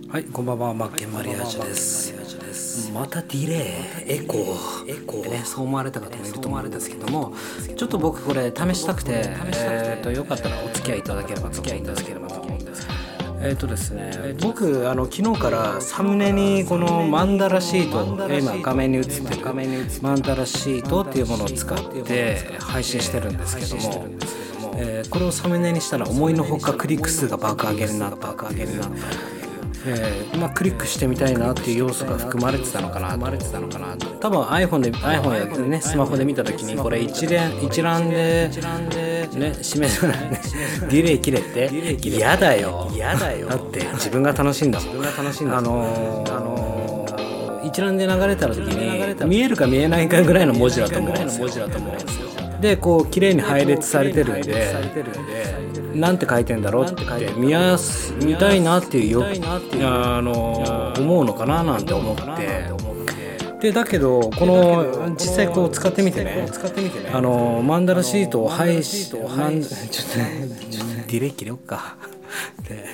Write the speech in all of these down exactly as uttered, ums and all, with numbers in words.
はい、こんばんは、マッケンマリアージュです。またディレイ、エコー、エコーね、そう思われた方もいると思うんですけども、ちょっと僕これ試したくて、えーとよかったらお付き合いいただければと思うんですけれども、えーとですね、僕あの昨日からサムネにこのマンダラシート、今画面に映ってるマンダラシートっていうものを使って配信してるんですけども、えーこれをサムネにしたら思いのほかクリック数が爆上げになった爆上げになったえーまあ、クリックしてみたいなっていう要素が含まれてたのかな含まれてたのかな多分 iPhone で iPhone やねスマホで見た時にこれ一連一覧でね示すディレイ切れって嫌だよ嫌だよだって自分が楽しいんだもん自分が楽しいんだあのー、あのー、一覧で流れた時に見えるか見えないかぐらいの文字だと思うんですよでこう綺麗に配列されてるんでなんて書いてんだろうって見やす見たいなっていうよあの思うのかななんて思ってでだけどこの実際こう使ってみてねあのマンダラシートを配しちょっとねディレイ切れよっかで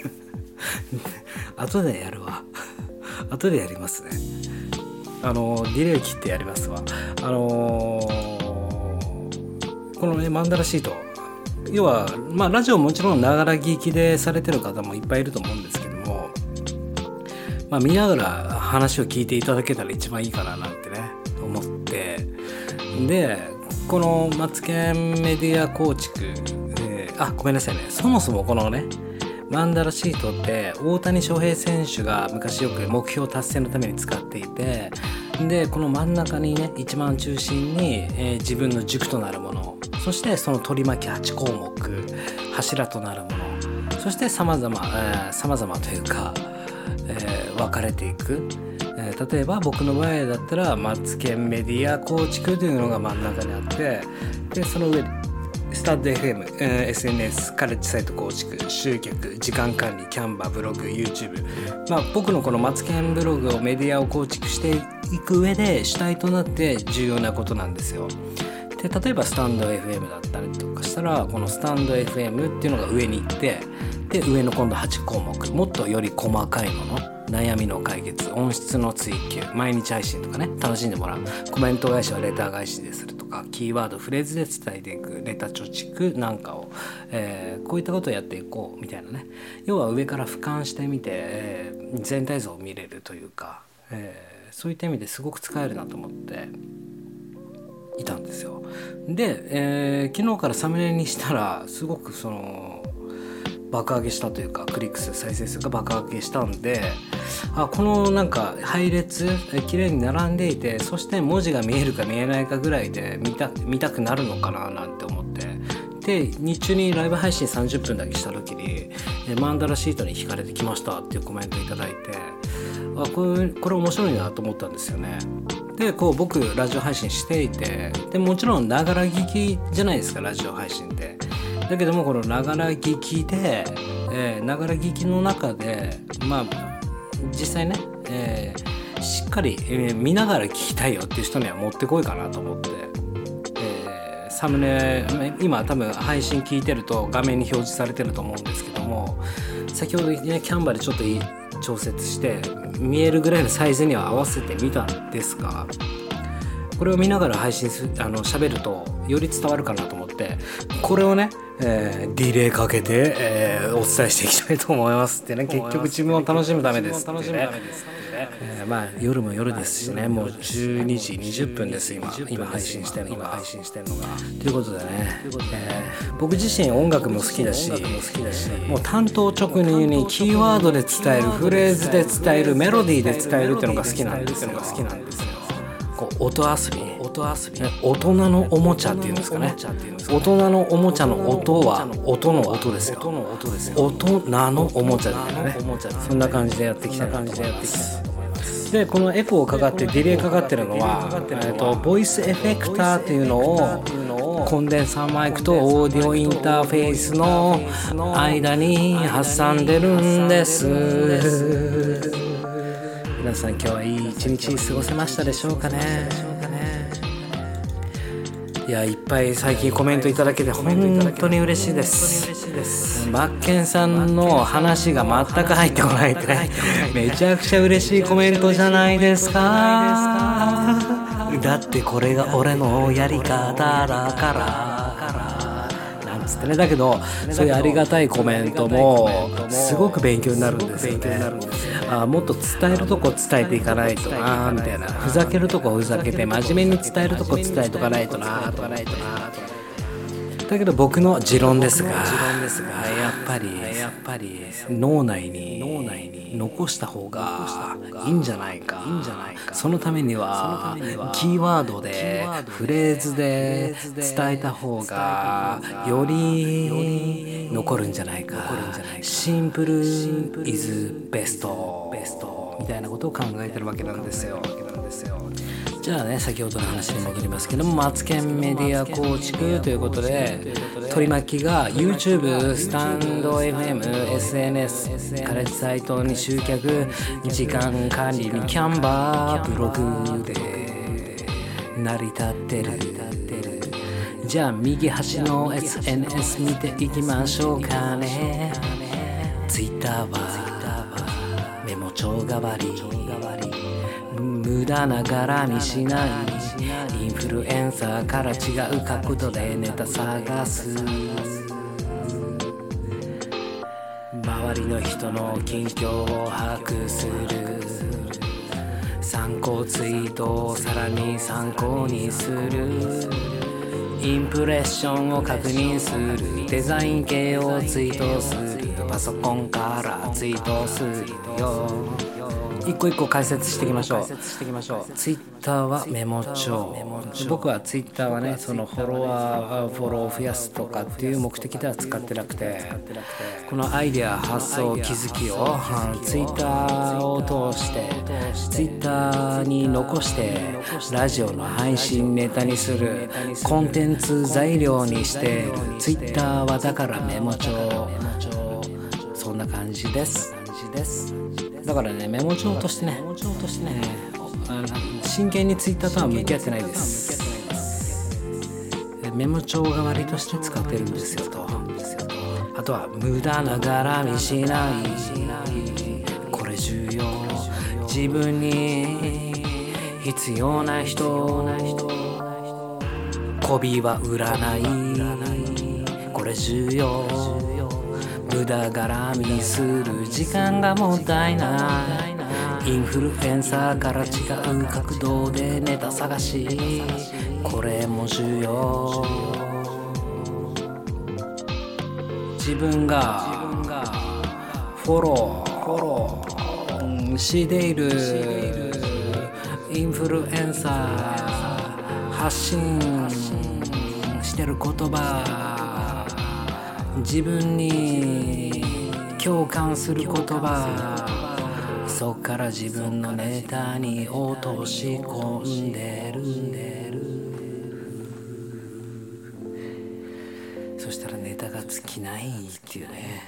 後でやるわ後でやりますねあのディレイ切ってやりますわあのこのねマンダラシート要はまあラジオもちろんながら聞きでされてる方もいっぱいいると思うんですけども、まあ見ながら話を聞いていただけたら一番いいかななんてね思ってでこのマツケンメディア構築、えー、あごめんなさいねそもそもこのねマンダラシートって大谷翔平選手が昔よく目標達成のために使っていてでこの真ん中にね一番中心に、えー、自分の軸となるものそしてその取り巻きはち項目柱となるものそして様々、えー、様々というか、えー、分かれていく、えー、例えば僕の場合だったらマツケンメディア構築というのが真ん中にあってでその上にスタッド エフエム、えー、エスエヌエス、カレッジサイト構築、集客、時間管理、キャンバ、ブログ、YouTube、まあ、僕のこのマツケンブログをメディアを構築していく上で主体となって重要なことなんですよ。で例えばスタンド エフエム だったりとかしたらこのスタンド エフエム っていうのが上に行ってで上の今度はち項目もっとより細かいもの悩みの解決音質の追求毎日配信とかね楽しんでもらうコメント返しはレター返しでするとかキーワードフレーズで伝えていくレタ貯蓄なんかを、えー、こういったことをやっていこうみたいなね要は上から俯瞰してみて、えー、全体像を見れるというか、えー、そういった意味ですごく使えるなと思っていたんですよ。で、えー、昨日からサムネにしたらすごくその爆上げしたというかクリック数再生数が爆上げしたんであこのなんか配列綺麗に並んでいてそして文字が見えるか見えないかぐらいで見た、見たくなるのかななんて思ってで日中にライブ配信さんじゅっぷんだけした時にマンダラシートに惹かれてきましたっていうコメントいただいてあこれ、これ面白いなと思ったんですよね。でこう僕ラジオ配信していてでもちろんながら聞きじゃないですかラジオ配信ってだけどもこのながら聞きでながら聞きの中でまあ実際ね、えー、しっかり、えー、見ながら聞きたいよっていう人にはもってこいかなと思って、えー、サムネ今多分配信聞いてると画面に表示されてると思うんですけども先ほどねキャンバでちょっといい調節して見えるぐらいのサイズには合わせてみたんですがこれを見ながら配信するあの喋るとより伝わるかなと思ってこれをね、えー、ディレイかけて、えー、お伝えしていきたいと思いますってね結局自分を楽しむためですってねえー、まあ夜も夜ですしねもうじゅうにじにじゅっぷんです今今配信してるのが配信してるのがということでね、えー、僕自身音楽も好きだしもう単刀直入にキーワードで伝えるフレーズで伝えるメロディーで伝えるっていうのが好きなんですよこう音遊び音遊び、ね、大人のおもちゃっていうんですかね大人のおもちゃの音は音の音ですよ大人のおもちゃみたいなねそんな感じでやっていきたいなと思いますでこのエコーかかってディレイかかってるのは、えー、とボイスエフェクターっていうのをコンデンサーマイクとオーディオインターフェースの間に挟んでるんです皆さん今日はいい一日過ごせましたでしょうかねいやいっぱい最近コメントいただけて本当に嬉しいですマッケンさんの話が全く入ってこないってね、めちゃくちゃ嬉しいコメントじゃないですか。だってこれが俺のやり方だからなんつってね。だけどそういうありがたいコメントもすごく勉強になるんですよね。あ、もっと伝えるとこ伝えていかないとなみたいな、ふざけるとこふざけて真面目に伝えるとこ伝えとかないとなとかないとなと。だけど僕の持論ですが、やっぱりやっぱり脳内に脳内に残した方がいいんじゃないか。そのためにはキーワードでフレーズで伝えた方がより残るんじゃないか。シンプルイズベストみたいなことを考えてるわけなんですよ。じゃあね、先ほどの話に戻りますけども、マツケンメディア構築ということで、取り巻きが YouTube、スタンド エフエム、エスエヌエス、カレッジサイトに集客、時間管理にキャンバー、ブログで成り立ってる。じゃあ右端の エスエヌエス 見ていきましょうかね。 Twitter はメモ帳代わり、無駄な絡みしない、インフルエンサーから違う角度でネタ探す、周りの人の近況を把握する、参考ツイートをさらに参考にする、インプレッションを確認する、デザイン系をツイートする、パソコンからツイートするよ。一個一個解説していきましょう。ツイッターはメモ帳。僕はツイッターはね、そのフォロワーフォローを増やすとかっていう目的では使ってなくて、このアイデア、発想、気づきをツイッターを通してツイッターに残してラジオの配信ネタにする、コンテンツ材料にしているツイッターはだからメモ帳。そんな感じです。だからね、メモ帳としてね、あの真剣にツイッターとは向き合ってないです。メモ帳代わりとして使ってるんですよと。あとは無駄な絡みしない、これ重要。自分に必要な人、媚びは売らない、これ重要。無駄絡みする時間がもったいない、インフルエンサーから違う角度でネタ探し、これも重要。自分がフォローしているインフルエンサー、発信してる言葉、自分に共感する言葉、そっから自分のネタに落とし込んでる。そしたらネタが尽きないっていうね。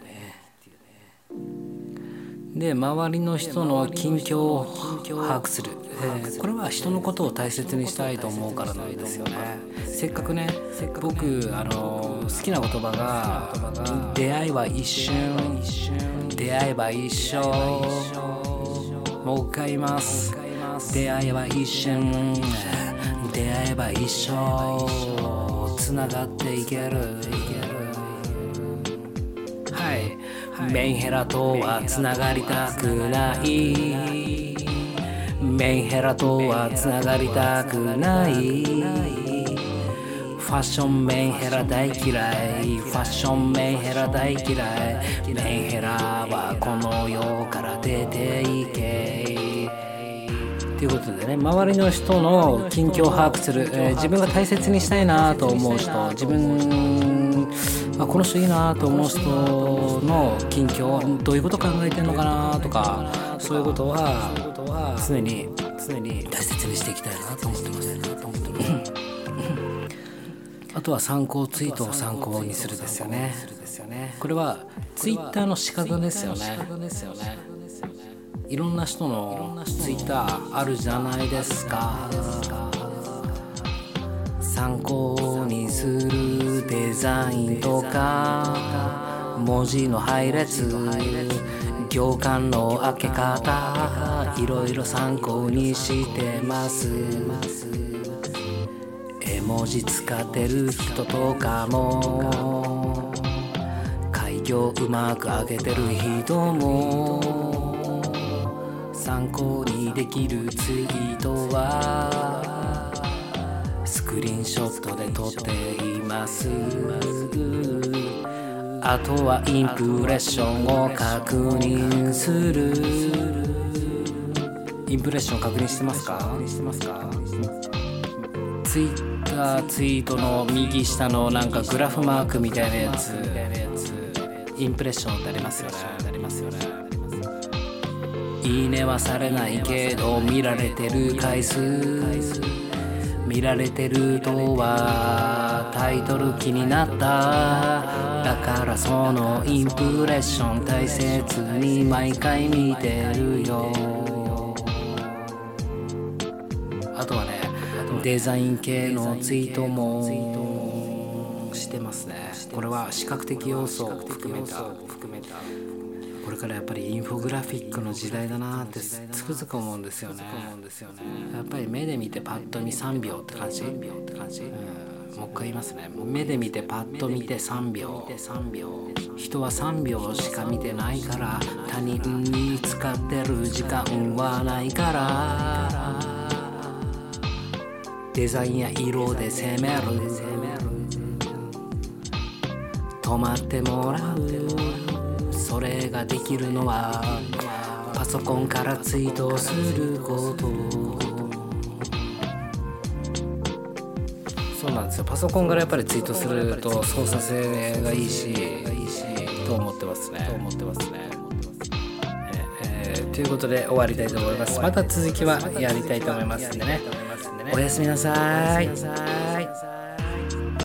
で、周りの人の近況を把握する、えー、これは人のことを大切にしたいと思うからなんですよね。せっかくね、僕あの好きな言葉が出会いは一瞬、出会えば一生。もう一回言います。出会いは一瞬、出会えば一生、つながっていける。はい、メンヘラとはつながりたくない、メンヘラとはつながりたくない、ファッションメンヘラ大嫌い、ファッションメンヘラ大嫌い、メンヘラはこの世から出ていけ。ということでね、周りの人の近況を把握する、えー、自分が大切にしたいなと思う人、自分あこの人いいなと思う人の近況、どういうこと考えてるのかなとか、そういうことは常に常に大切にしていきたいなと思ってます。あとは参考ツイートを参考にするですよね。これはツイッターの仕方ですよね。いろんな人のツイッターあるじゃないですか。参参考にするデザインとか文字の配列、行間の開け方、いろいろ参考にしてます。絵文字使ってる人とかも、開業うまく上げてる人も、参考にできるツイートはスクリーンショットで撮っています。あとはインプレッションを確認する。インプレッション確認してますか？ツイッターツイートの右下のなんかグラフマークみたいなやつ、インプレッションってありますよね。いいねはされないけど見られてる回数、見られてるとはタイトル気になった。だからそのインプレッション大切に毎回見てるよ。あとはね、デザイン系のツイートもしてますね。これは視覚的要素を含めたこれからやっぱりインフォグラフィックの時代だなってつくづく思うんですよね。やっぱり目で見てパッと見さんびょうって感じ、うん、もう一回言いますね。目で見てパッと見てさんびょう。人はさんびょうしか見てないから、他人に使ってる時間はないから、デザインや色で攻める、止まってもらう。それができるのはパソコンからツイートすること。そうなんですよ。パソコンからやっぱりツイートすると操作性がいいしと思ってますね。えー、ということで終わりたいと思います。また続きはやりたいと思いますんでね。おやすみなさい。